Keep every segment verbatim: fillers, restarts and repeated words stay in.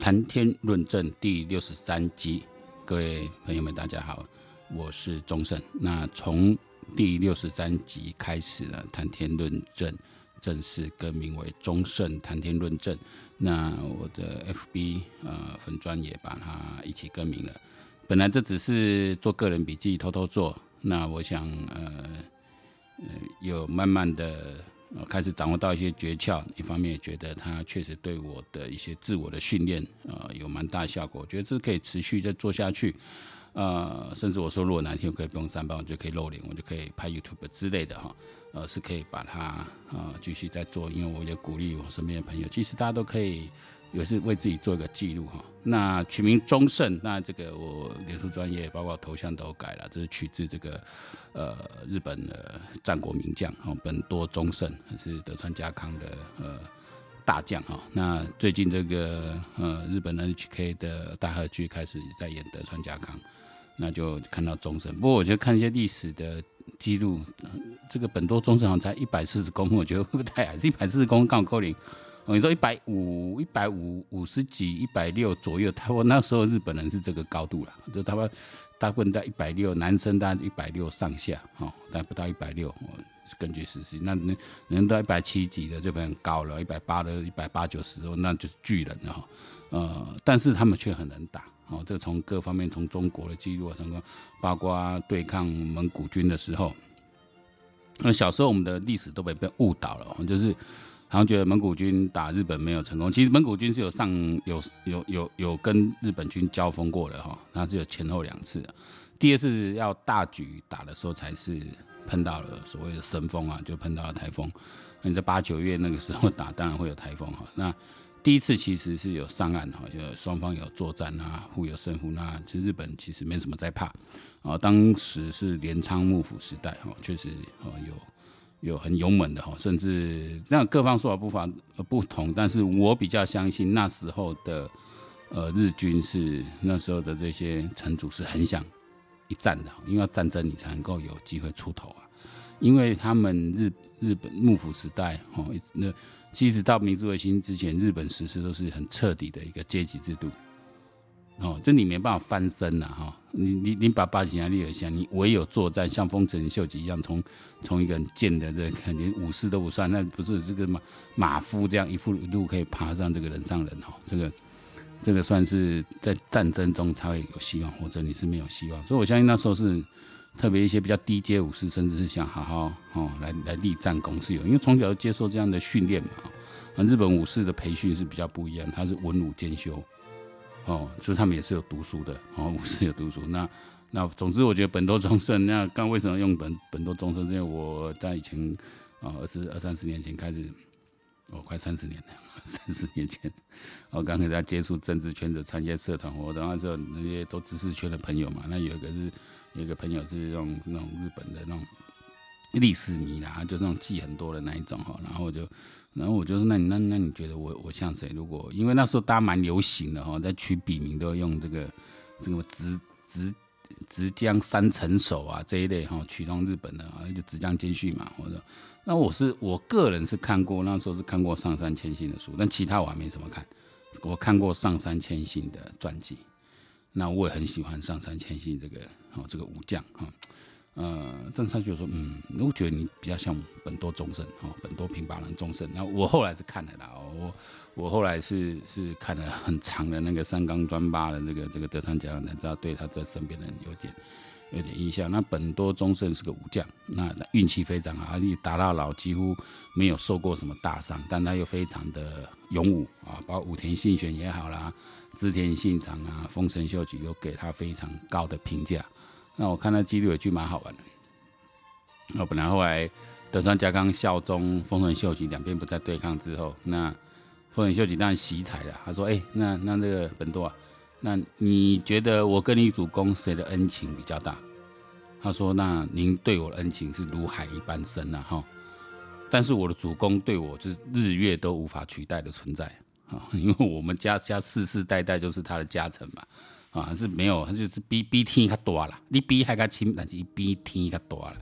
谈天论政第六十三集，各位朋友们，大家好，我是钟胜。那从第六十三集开始呢，谈天论政正式更名为钟胜谈天论政。那我的 F B 呃粉专也把它一起更名了。本来这只是做个人笔记，偷偷做。那我想呃呃有慢慢的。开始掌握到一些诀窍，一方面也觉得它确实对我的一些自我的训练，呃，有蛮大的效果。我觉得这可以持续再做下去，呃，甚至我说如果哪一天我可以不用上班，我就可以露脸，我就可以拍 YouTube 之类的哈，呃，是可以把它呃继续再做。因为我也鼓励我身边的朋友，其实大家都可以也是为自己做一个记录哈。那取名钟胜，那这个我脸书专业包括头像都改了，这是取自这个呃日本的战国名将哈本多忠胜，是德川家康的呃大将哈。那最近这个呃日本 N H K 的大河剧开始在演德川家康，那就看到忠胜。不过我觉得看一些历史的记录，这个本多忠胜好像才一百四十公分，我觉得会不会太矮？是一百四十公分刚好够零。哦、你说一百五、一百五、五十几、一百六左右，他那时候日本人是这个高度了，就他们大部分在一百六，男生大概一百六上下，哦，但不到一百六。根据实际，那人到一百七几的就很高了，一百八的、一百八九十，那就是巨人了哈。呃，但是他们却很能打。哦，这从各方面，从中国的记录啊，包括对抗蒙古军的时候，那小时候我们的历史都被被误导了，就是。好像觉得蒙古军打日本没有成功，其实蒙古军是有上有有有有跟日本军交锋过的哈，那只有前后两次。第二次要大举打的时候，才是碰到了所谓的神风啊，就碰到了台风。你在八九月那个时候打，当然会有台风哈。那第一次其实是有上岸哈，有双方有作战啊，互有胜负。那其实日本其实没什么在怕啊，当时是镰仓幕府时代哈，确实有。有很勇猛的哈，甚至那各方说法不法不同，但是我比较相信那时候的呃日军是那时候的这些城主是很想一战的，因为要战争你才能够有机会出头啊。因为他们日日本幕府时代哈，那其实到明治维新之前，日本实施都是很彻底的一个阶级制度。哦，就你没办法翻身了哈，你你你把八旗压力有下，你唯有作战，像丰臣秀吉一样，从从一个很贱的这个连武士都不算，那不是这个马马夫这样一副一路可以爬上这个人上人哈，这个这个算是在战争中才会有希望，或者你是没有希望，所以我相信那时候是特别一些比较低阶武士，甚至是想好好哦来来立战功是有，因为从小就接受这样的训练嘛，日本武士的培训是比较不一样，他是文武兼修。哦，所以他们也是有读书的，哦，武士有读书。那那总之，我觉得本多忠胜。那刚为什么用本本多忠胜？因为我在以前啊，二十二三十年前开始，哦，快三十年了，三十年前，我刚开始在接触政治圈的参加社团活动，然后之后那些都知识圈的朋友嘛。那有一个是有一个朋友是那种那种日本的那种历史迷啦，就那种记很多的那一种哈。然后我就。然后我就说，那你那那你觉得我我像谁？如果因为那时候大家蛮流行的哈，在取笔名都用这个这个直直直江三成守啊这一类哈，取用日本的啊，就直江兼续嘛。我说，那我是我个人是看过，那时候是看过上杉谦信的书，但其他我还没什么看。我看过上杉谦信的传记，那我也很喜欢上杉谦信这个哦这个武将哈。呃，但是他就说，嗯，我觉得你比较像本多忠胜，哦，本多平八郎忠胜。然后我后来是看了啦，我我后来是是看了很长的那个三纲专八的这个这个德川家康，才知道对他这身边的人有点有点印象。那本多忠胜是个武将，那运气非常好，一打到老几乎没有受过什么大伤，但他又非常的勇武啊，包括武田信玄也好啦，织田信长啊，丰臣秀吉都给他非常高的评价。那我看他纪录有句蛮好玩的。我本来后来德川家康效忠丰臣秀吉，两边不再对抗之后，那丰臣秀吉当然喜彩了。他说：“哎、欸，那那这个本多啊，那你觉得我跟你主公谁的恩情比较大？”他说：“那您对我的恩情是如海一般深啊，哈。但是我的主公对我就是日月都无法取代的存在啊，因为我们家家世世代代就是他的家臣嘛。”啊，是没有，就是比比天较大啦。你比还较轻，但是比天较大啦。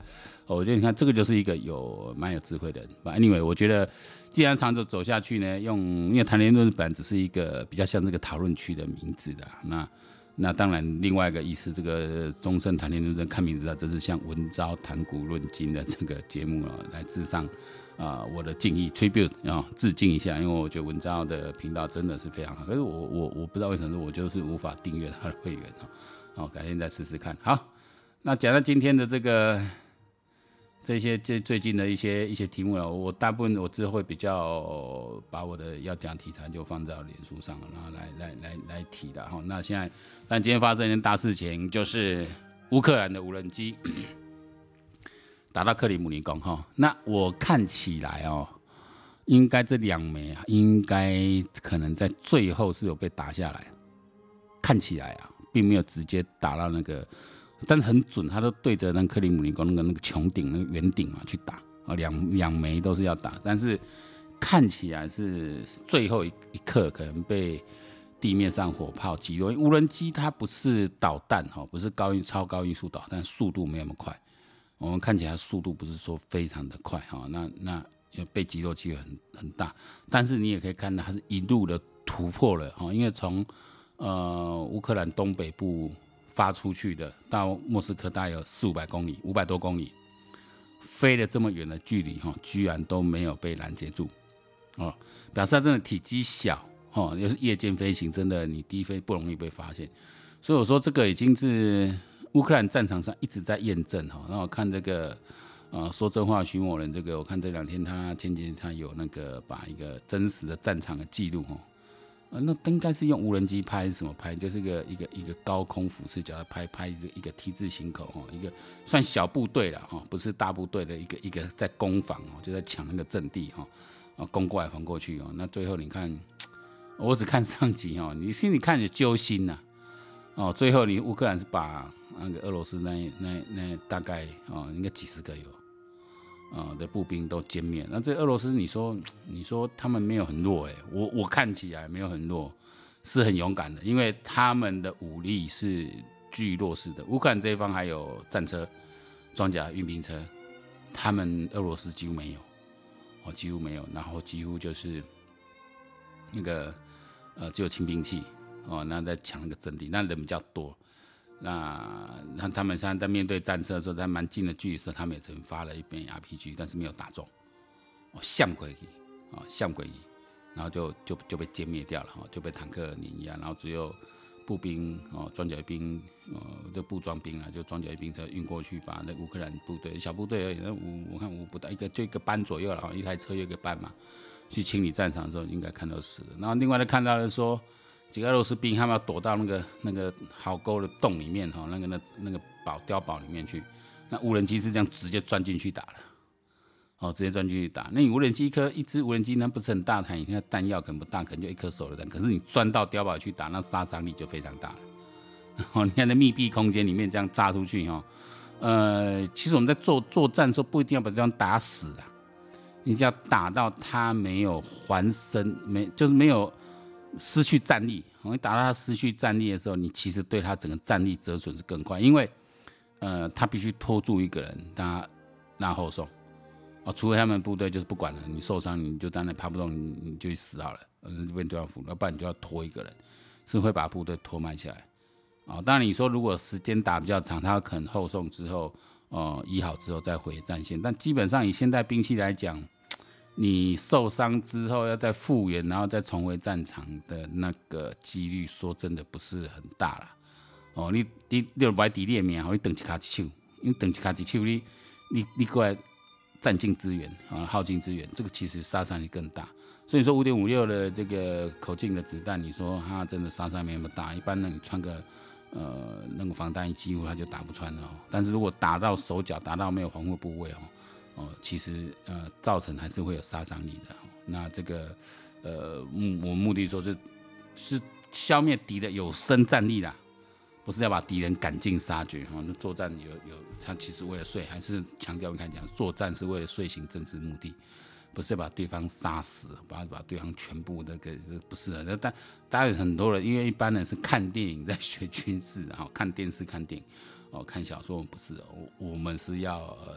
哦，我觉得你看这个就是一个有蛮有智慧的人。Anyway， 我觉得既然长久走下去呢，用因为谈天论本只是一个比较像这个讨论区的名字的，那那当然另外一个意思，这个中盛谈天论证看名字啊，这是像文昭谈古论今的这个节目啊，来致上啊、呃、我的敬意 tribute 啊、哦，致敬一下，因为我觉得文昭的频道真的是非常好，可是我我我不知道为什么我就是无法订阅他的会员哦，好，改天再试试看。好，那讲到今天的这个。这些这最近的一些一些题目了，我大部分我之后会比较把我的要讲题材就放在脸书上，然后来来来来提的哈。那现在，但今天发生一件大事情，就是乌克兰的无人机打到克里姆林宫哈。那我看起来哦，应该这两枚啊，应该可能在最后是有被打下来，看起来啊，并没有直接打到那个。但很准，他都对着那克里姆林宫那个那个穹顶、那个圆顶嘛去打啊，两两枚都是要打，但是看起来是最后一刻可能被地面上火炮击落。无人机它不是导弹哈，不是高音超高音速导弹，速度没那么快。我们看起来速度不是说非常的快哈，那那被击落机会很很大，但是你也可以看到它是一路的突破了哈，因为从呃乌克兰东北部。发出去的到莫斯科大概有四五百公里，五百多公里，飞了这么远的距离哈，居然都没有被拦截住，哦，表示它真的体积小，哦，又是夜间飞行，真的你低飞不容易被发现，所以我说这个已经是乌克兰战场上一直在验证哈。然后我看这个呃说真话徐某人这个，我看这两天他前几天他有那个把一个真实的战场的记录哈。那应该是用无人机拍还是什么拍？就是一个一个一个高空俯视角拍拍一个一个 T 字形口哈，一个算小部队了哈，不是大部队的一个一个在攻防哦，就在抢那个阵地哈，啊攻过来防过去哦。那最后你看，我只看上集哦，你心里看着揪心呐哦。最后你乌克兰是把那个俄罗斯那那那大概哦应该几十个有。啊、呃、的步兵都歼灭，那这俄罗斯你说你说他们没有很弱哎、欸，我我看起来没有很弱，是很勇敢的，因为他们的武力是居弱势的。乌克兰这一方还有战车、装甲运兵车，他们俄罗斯几乎没有，哦几乎没有，然后几乎就是那个呃只有轻兵器哦，那在抢那个阵地，那人比较多。那那他们现在在面对战车的时候，在蛮近的距离的时候，他们也曾发了一枚 R P G， 但是没有打中，哦，向鬼哦，向鬼然后就就就被歼灭掉了，哦，就被坦克碾压，然后只有步兵哦，装甲兵哦，这步装兵啊，就装甲兵车运过去，把那乌克兰部队小部队而已，那五我看五不到一个就一个班左右了，一台车有一个班嘛，去清理战场的时候应该看到死了，然后另外呢看到的说。几个俄罗斯兵，他们要躲到那个那个壕沟的洞里面哈，那个那那个堡碉堡里面去。那无人机是这样直接钻进去打了，哦，直接钻进去打。那你无人机一颗一支无人机，那不是很大台，你看弹药可能不大，可能就一颗手榴弹。可是你钻到碉堡去打，那杀伤力就非常大了。哦，你看在密闭空间里面这样炸出去哈，呃，其实我们在作作战的时候不一定要把对方打死啊，你只要打到他没有还身，没就是没有。失去战力，你打到他失去战力的时候，你其实对他整个战力折损是更快，因为呃，他必须拖住一个人，让他拉后送哦，除非他们部队就是不管了，你受伤你就当然爬不动，你你就去死好了，嗯，就变对方俘虏，要不然你就要拖一个人，是会把部队拖慢下来啊、哦。当然你说如果时间打比较长，他可能后送之后，呃，医好之后再回战线，但基本上以现代兵器来讲。你受伤之后要再复原，然后再重回战场的那个几率，说真的不是很大啦。哦，你你你不爱抵列命，你等一卡一手，你等一卡一手，你你你过来占尽资源啊，耗尽资源，这个其实杀伤力更大。所以说五点五六的这个口径的子弹，你说它真的杀伤没那么大。一般呢，你穿个呃那个防弹衣，几乎它就打不穿了、哦。但是如果打到手脚，打到没有防护部位哦。哦，其实呃，造成还是会有杀伤力的。那这个呃，我目的说是是消灭敌的有生战力啦，不是要把敌人赶尽杀绝。哈，那作战有有，他其实为了睡，还是强调你看讲，作战是为了遂行政治目的，不是把对方杀死，把把对方全部那个不是的。但当然很多人，因为一般人是看电影在学军事，然后看电视看电影。哦，看小说不是，我我们是要呃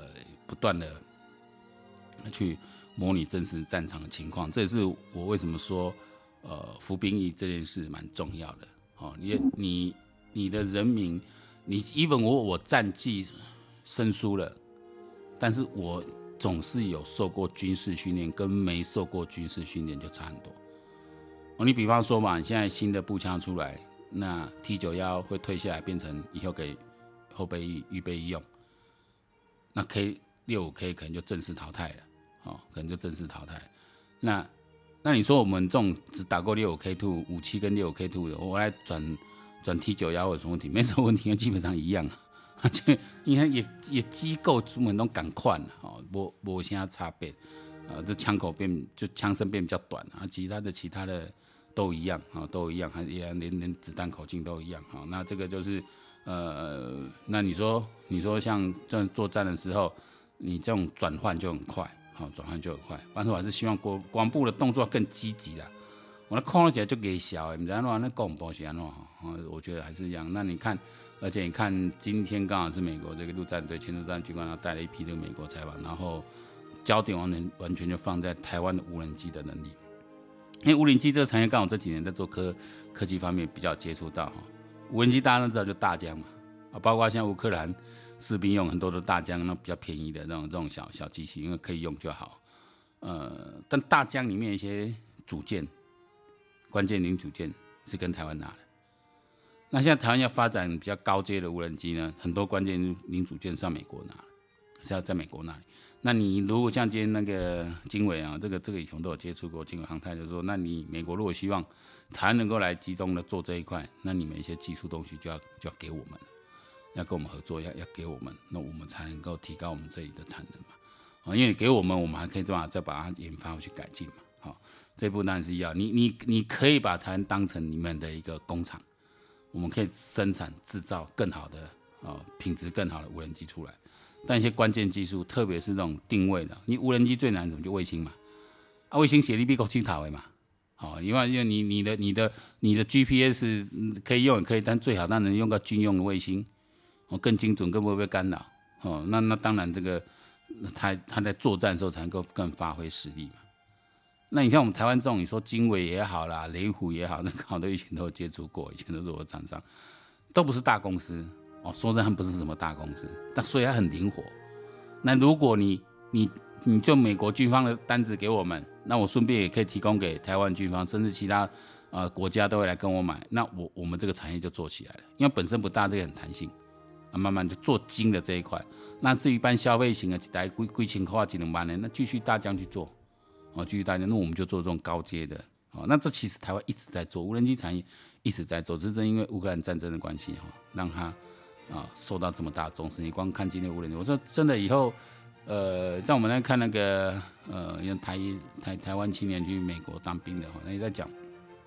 不断的去模拟真实战场的情况。这也是我为什么说，呃，服兵役这件事蛮重要的。哦，你你你的人民，你 even 我我战绩生疏了，但是我总是有受过军事训练，跟没受过军事训练就差很多。哦，你比方说嘛，你现在新的步枪出来，那 T 九十一 会退下来，变成以后给后备役、预备役用，那 K 六十五 K 可能就正式淘汰了，哦，可能就正式淘汰。那那你说我们这种只打过六十五 K 二 五七跟六十五 K 二的，我来转转 T 九十一 有什么问题？没什么问题，因为基本上一样。而且你看也也机构出门都赶快了，哦，没没啥差别，呃，这枪口变就枪声变比较短啊，其他的其他的都一样啊，都一样，还连连子弹口径都一样啊。那这个就是呃，那你说你说像这样作战的时候，你这种转换就很快，好，转换就很快。但是我还是希望国国防部的动作更积极啦。我那看起来就给小，你知道吗？那公布是安怎？我觉得还是一样。那你看，而且你看，今天刚好是美国这个陆战队前作战军官，他带了一批这个美国采访，然后焦点完全完全就放在台湾的无人机的能力。因为无人机这个产业刚好这几年在做科科技方面比较接触到，无人机大家都知道就大疆嘛，啊，包括像乌克兰士兵用很多的大疆，那比较便宜的那种这种小小机器，因为可以用就好。呃，但大疆里面一些组件。关键零组件是跟台湾拿的，那现在台湾要发展比较高阶的无人机呢，很多关键零组件是要美国拿，是要在美国那里。那你如果像今天那个经纬啊，这个这个以前都有接触过，经纬航太就是说，那你美国如果希望台湾能够来集中的做这一块，那你们一些技术东西就要就要给我们，要跟我们合作，要要给我们，那我们才能够提高我们这里的产能嘛。因为给我们，我们还可以再把它研发去改进嘛。好。这一步当然是要你，你你可以把台湾当成你们的一个工厂，我们可以生产制造更好的、哦、品质更好的无人机出来。但一些关键技术，特别是那种定位的，你无人机最难什么？就卫星嘛，啊，卫星写力比国际讨的嘛，好、哦，因为因为你你的你的你的 G P S 可以用也可以，但最好当然用个军用的卫星，哦，更精准，更不会被干扰。哦，那那当然这个他他在作战的时候才能够更发挥实力嘛。那你像我们台湾这种，你说经纬也好啦，雷虎也好，那刚好都以前都有接触过，以前都是我的厂商，都不是大公司哦。说真的，不是什么大公司，但所以它很灵活。那如果你你你就美国军方的单子给我们，那我顺便也可以提供给台湾军方，甚至其他呃国家都会来跟我买，那我我们这个产业就做起来了，因为本身不大，这个很弹性啊，慢慢就做精的这一块。那至于一般消费型的，一台几几千块、几两万的，那继续大疆去做。哦，继续大家，那我们就做这种高阶的。哦，那这其实台湾一直在做，无人机产业一直在做，只是因为乌克兰战争的关系，哈，让它啊受到这么大的重视。你光看今天无人机，我说真的，以后呃，让我们来看那个呃，像台台台湾青年去美国当兵的，哈，那你在讲，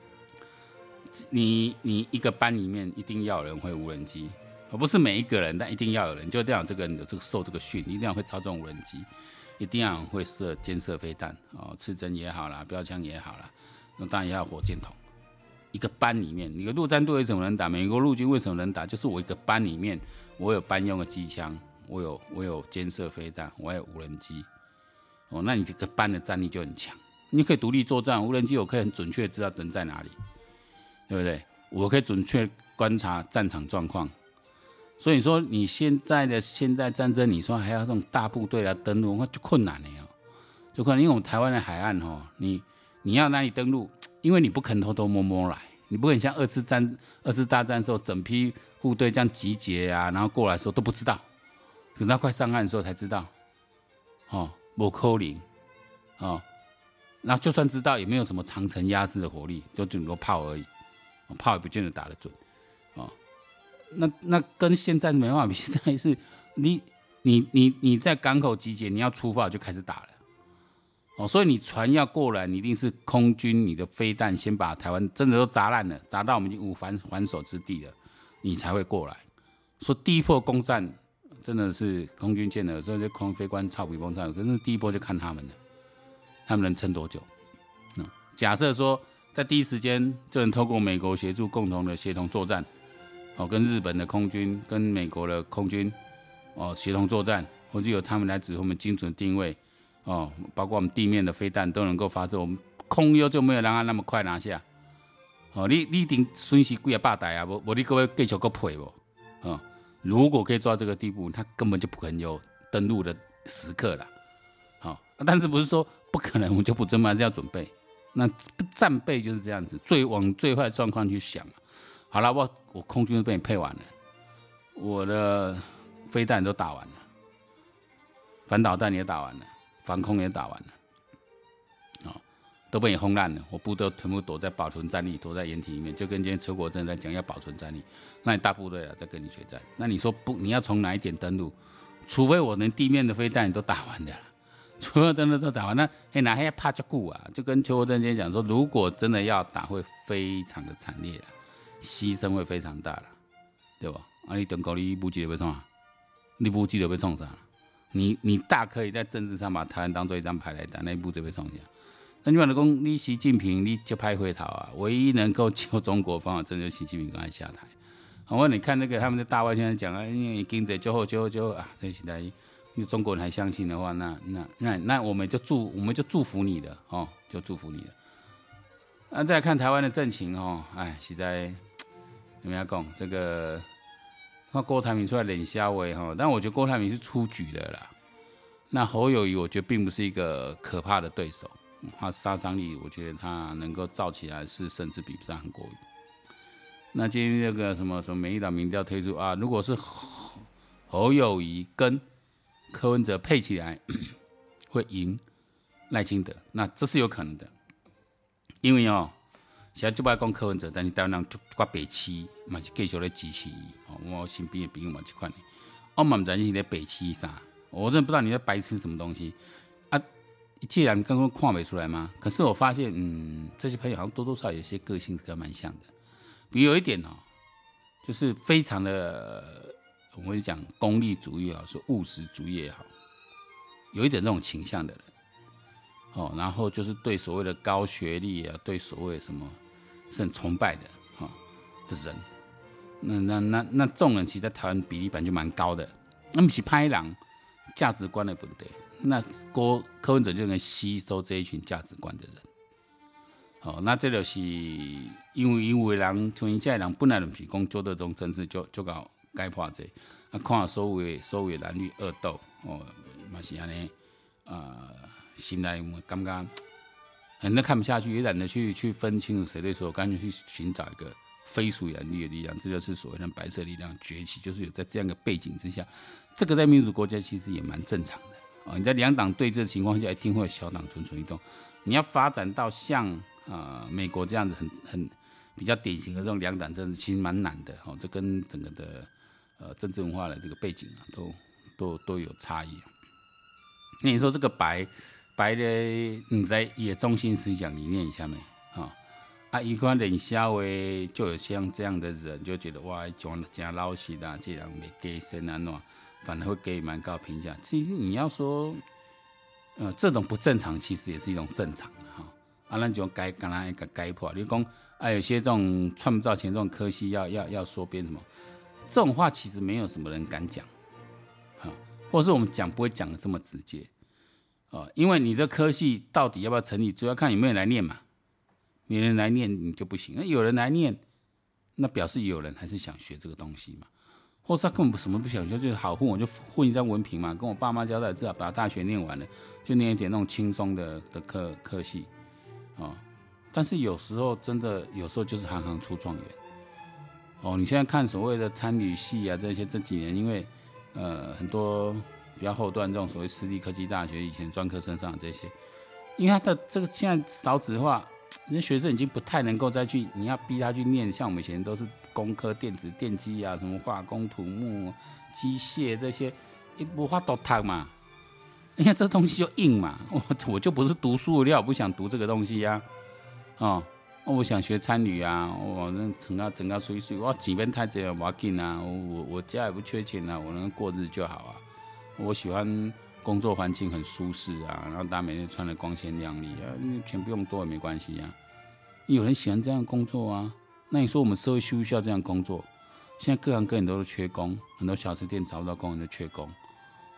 你你一个班里面一定要有人会无人机，而不是每一个人，但一定要有人，就一定要有这个人有这个受这个训，一定要会操纵无人机。一定要会射肩射飞弹哦，刺针也好啦，标枪也好啦，那当然也要火箭筒。一个班里面，你的陆战队为什么能打？美国陆军为什么能打？就是我一个班里面，我有班用的机枪，我有我有肩射飞弹，我还有无人机。哦，那你这个班的战力就很强，你可以独立作战。无人机我可以很准确知道人在哪里，对不对？我可以准确观察战场状况。所以说你现在的现代战争，你说还要这种大部队来登陆，那就困难了哦，就困难。因为我们台湾的海岸哦，你你要哪里登陆？因为你不肯偷偷摸摸来，你不可能像二次战二次大战的时候，整批部队这样集结啊，然后过来的时候都不知道，等到快上岸的时候才知道，哦，没可能，哦，那就算知道，也没有什么长程压制的火力，就顶多炮而已，炮也不见得打得准，哦。那那跟现在没办法比，现在是你你你你在港口集结，你要出发就开始打了，哦，所以你船要过来，你一定是空军你的飞弹先把台湾真的都砸烂了，砸到我们已经无还还手之地了，你才会过来。说第一波攻占真的是空军舰的，所以空飞官操比崩上，可是第一波就看他们了，他们能撑多久？嗯，假设说在第一时间就能透过美国协助共同的协同作战。哦，跟日本的空军、跟美国的空军，哦，协同作战， 或者由他们来指挥我们精准定位，哦，包括我们地面的飞弹都能够发射，我们空优就没有让它那么快拿下。哦，你你一定损失几啊百台啊，无无你各位继续搁赔无？哦，如果可以做到这个地步，他根本就不可能有登陆的时刻了。好、哦，但是不是说不可能，我们就不准备，还是要准备。那战备就是这样子，最往最坏的状况去想。好了，我我空军都被你配完了，我的飞弹都打完了，反导弹也打完了，防空也打完了，哦，都被你轰烂了。我部队全部躲在保存战力，躲在掩体里面，就跟今天邱国正在讲要保存战力。那你大部队了再跟你决战，那你说不？你要从哪一点登陆？除非我连地面的飞弹你都打完的了。除了真的都打完，那哎哪还怕就顾啊？就跟邱国正今天讲说，如果真的要打，会非常的惨烈了，牺牲会非常大了，对吧？啊，你中国你武器就要创啊，你武器就要创啥？你你大可以在政治上把台湾当做一张牌来打，那一步就被创下。那你讲的讲，你习近平你就拍回头啊，唯一能够救中国方法，真的就是习近平刚才下台。我你看那个他们的大外现在讲啊，因为经济就好就好就好啊，这现在。因为中国人还相信的话，那那那那我们就祝我们就祝福你了哦，就祝福你了。那再来看台湾的政情哦，哎，实在怎么样讲这个？那郭台铭出来冷笑话哈，但我觉得郭台铭是出局的啦。那侯友宜我觉得并不是一个可怕的对手，他杀伤力我觉得他能够造起来是甚至比不上韩国瑜。那今天那个什么什么民进党民调推出啊，如果是侯友宜跟柯文哲配起来会赢赖清德，那这是有可能的，因为哦，现在就不爱讲柯文哲，但是台湾人挂北市嘛是继续在支持伊。哦，我身边的朋友嘛这款，我嘛唔知你在北市啥，我真的不知道你在白痴什么东西啊！既然刚刚看不出来吗？可是我发现，嗯，这些朋友好像多多少少有些个性是跟蛮像的，比如有一点哦，就是非常的。我们讲功利主义也好，说务实主义也好，有一点这种倾向的人，哦，然后就是对所谓的高学历啊，对所谓什么是很崇拜的哈、哦、的人，那那那那这种人其实在台湾比例本就蛮高的，那不是拍人价值观的问题，那郭柯文哲就能吸收这一群价值观的人，哦，那这就是因为因为人像这人本来就不是讲做这种政治就就搞。解破这，啊，看所有所有男女恶斗，哦，嘛是安尼，啊，心内感觉很多看不下去，也懒得去去分清楚谁对错，干脆去寻找一个非属于蓝绿的力量，这就是所谓的白色力量崛起，就是有在这样的背景之下，这个在民主国家其实也蛮正常的啊、哦。你在两党对峙的情况下，一定会有小党蠢蠢欲动。你要发展到像啊、呃、美国这样子很很比较典型的这种两党政治，其实蛮难的哦。这跟整个的呃，政治文化的这个背景啊，都都都有差异。那你说这个白白的，你在也中心思想理念下面啊啊，一般冷笑话就有像这样的人，就觉得哇，讲真老实啦，这人没给生啊喏，反而会给予蛮高评价。其实你要说，呃，这种不正常，其实也是一种正常的哈。啊，咱就该刚才该该破。你讲啊，有些这种创造钱这种科系要要要缩编什么？这种话其实没有什么人敢讲，或者是我们讲不会讲的这么直接，因为你的科系到底要不要成立，主要看有没有人来念嘛，没人来念你就不行，那有人来念，那表示有人还是想学这个东西嘛，或是他根本什么不想学，就是好混我就混一张文凭嘛，跟我爸妈交代，至少把大学念完了，就念一点那种轻松的的科科系，但是有时候真的有时候就是行行出状元。哦，你现在看所谓的参旅系啊，这些这几年，因为呃很多比较后段这种所谓私立科技大学以前专科生上的这些，因为他的这个现在少子化，那学生已经不太能够再去，你要逼他去念，像我们以前都是工科、电子、电机啊，什么化工、土木、机械这些，你无法度读嘛，因为这东西就硬嘛，我我就不是读书的料，我不想读这个东西呀、啊，哦。我想学参旅啊，我那整个整个水水，我钱变太多了，不要紧啊，我我我家也不缺钱啊，我能过日子就好啊。我喜欢工作环境很舒适啊，然后大家每天穿得光鲜亮丽啊，钱不用多也没关系啊。有人喜欢这样工作啊，那你说我们社会需不需要这样工作？现在各行各业都是缺工，很多小吃店找不到工人就缺工。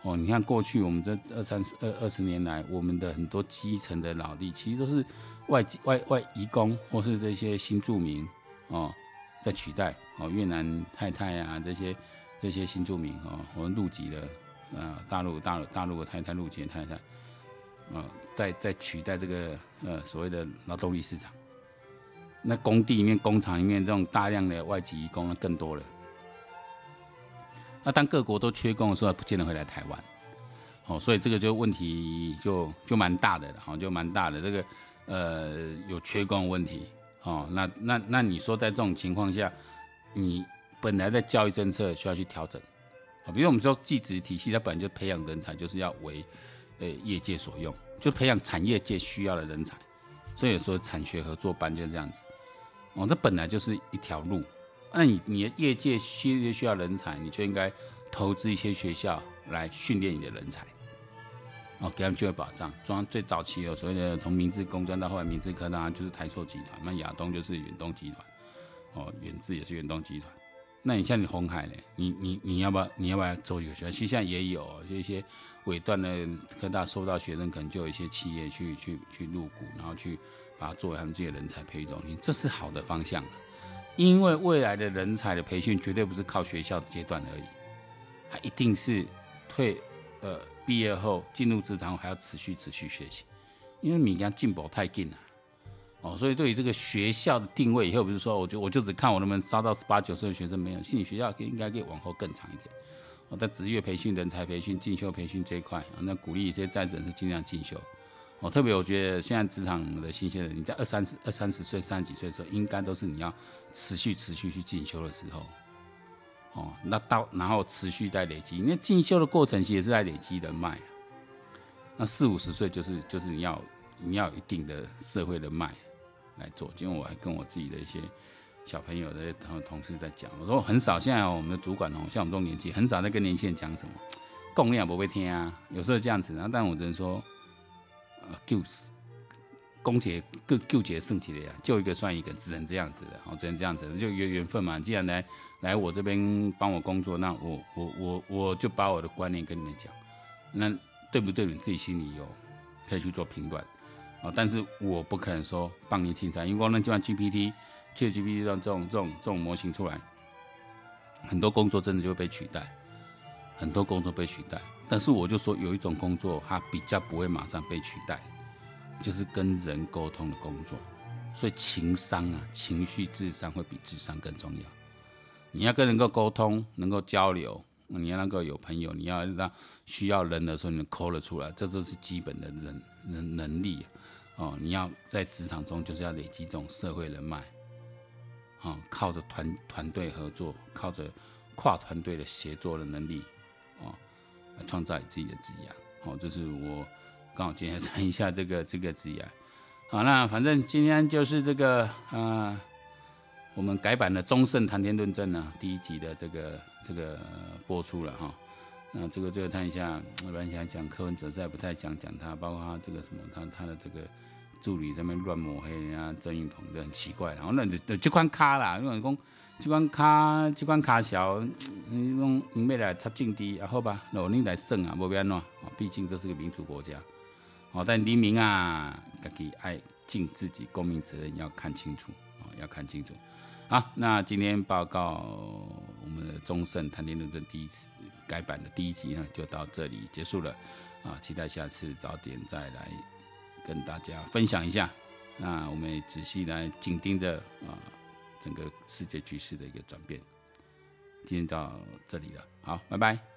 哦，你看过去我们这二三十二二十年来，我们的很多基层的劳力，其实都是外外外移工或是这些新住民哦，在取代哦越南太太啊这些这些新住民哦，我们陆籍的呃大陆大陆大陆的太太陆籍的太太，呃，在在取代这个呃所谓的劳动力市场。那工地里面、工厂里面这种大量的外籍移工呢更多了。那当各国都缺工的时候，不见得会来台湾，哦，所以这个就问题就就蛮大的了，哦，就蛮大的。这个呃有缺工的问题，哦，那那那你说在这种情况下，你本来在教育政策需要去调整，啊，比如我们说技职体系，它本来就培养人才就是要为呃业界所用，就培养产业界需要的人才，所以有时候产学合作班就是这样子，哦，这本来就是一条路。那你你的业界需需要人才，你就应该投资一些学校来训练你的人才，哦，给他们就业保障。中央最早期有所谓的从明治工专到后来明治科大就是台塑集团，那亚东就是远东集团，哦，远志也是远东集团。那你像你鸿海呢，你你你要不要你要不要做一个学校？其实现在也有，就一些尾段的科大收到学生，可能就有一些企业去去去入股，然后去把它作为他们自己的人才培育中心，这是好的方向。因为未来的人才的培训绝对不是靠学校的阶段而已，它一定是退呃毕业后进入职场后还要持续持续学习，因为你讲进步太紧了，哦，所以对于这个学校的定位，以后不是说我就我就只看我能不能招到十八九岁的学生没有，其实你学校应该可以往后更长一点，哦，在职业培训、人才培训、进修培训这一块，哦，那鼓励一些在职人士尽量进修。哦，特别我觉得现在职场的新鲜人，你在二三十、二三十岁、三十几岁的时候，应该都是你要持续、持续去进修的时候。哦，那到然后持续在累积，因为进修的过程其实也是在累积人脉。那四五十岁就是就是你要你要有一定的社会人脉来做。因为我还跟我自己的一些小朋友的同事在讲，我说很少现在我们的主管哦，像我们这种年纪，很少在跟年轻人讲什么，讲你也不会听啊，有时候这样子，然后但我只能说。呃，救公结救救结剩起来，救一个算一个，只能这样子的，哦，只能这样子的，就有缘分嘛。既然来来我这边帮我工作，那我我我我就把我的观念跟你们讲，那对不对？你自己心里有可以去做评断，哦，但是我不可能说帮你青菜，因为光那就像 G P T、Chat G P T 这种这种这种模型出来，很多工作真的就会被取代，很多工作被取代。但是我就说有一种工作，它比较不会马上被取代，就是跟人沟通的工作。所以情商啊，情绪智商会比智商更重要。你要跟人够沟通，能够交流，你要能够有朋友，你要让需要人的时候你能 call 得出来，这都是基本的人人能力哦。你要在职场中就是要累积这种社会人脉，哦，靠着团团队合作，靠着跨团队的协作的能力，哦。来创造你自己的职业，好，这是我刚好今天谈一下这个这个职业。好，那反正今天就是这个啊、呃，我们改版的中盛谈天论证呢第一集的这个这个播出了哈。那这个最后看一下，我本来想讲柯文哲，再不太想讲他，包括他这个什么，他他的这个助理在那边乱抹黑人家郑运鹏，就很奇怪。然后那就这款卡啦，因为讲。这款卡，这款卡小，你讲你要来插政治啊？好吧，那你来算啊，无变怎？毕竟这是个民主国家。哦，但黎明啊，自己爱尽自己公民责任，要看清楚哦，要看清楚。好，那今天报告我们的中盛谈天论证第一次改版的第一集呢，就到这里结束了啊！期待下次早点再来跟大家分享一下。那我们也仔细来紧盯着啊。整个世界局势的一个转变，今天到这里了，好，拜拜。